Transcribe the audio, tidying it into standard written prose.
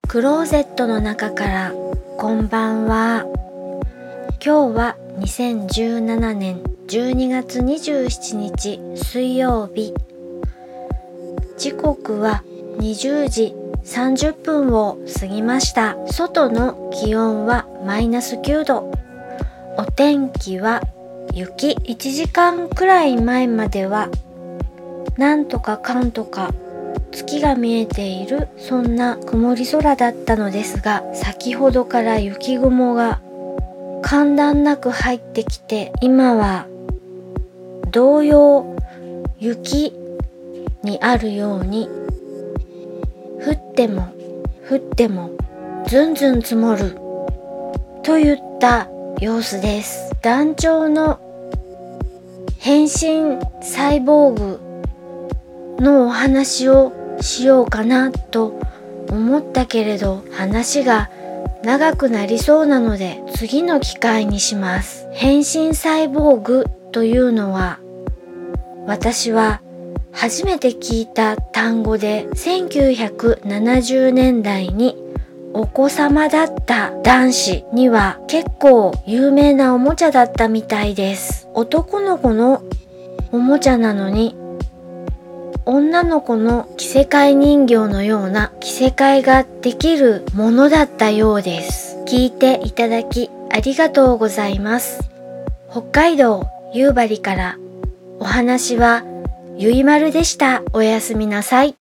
クローゼットの中からこんばんは。今日は2017年12月27日水曜日。時刻は20時30分を過ぎました。外の気温はマイナス9度。お天気は雪。1時間くらい前まではなんとかかんとか月が見えている、そんな曇り空だったのですが、先ほどから雪雲が間断なく入ってきて、今は同様雪にあるように降っても降ってもずんずん積もるといった様子です。団長の変身サイボーグのお話をしようかなと思ったけれど、話が長くなりそうなので次の機会にします。変身サイボーグというのは、私は初めて聞いた単語で、1970年代にお子様だった男子には結構有名なおもちゃだったみたいです。男の子のおもちゃなのに、女の子の着せ替え人形のような着せ替えができるものだったようです。聞いていただきありがとうございます。北海道夕張からお話はゆいまるでした。おやすみなさい。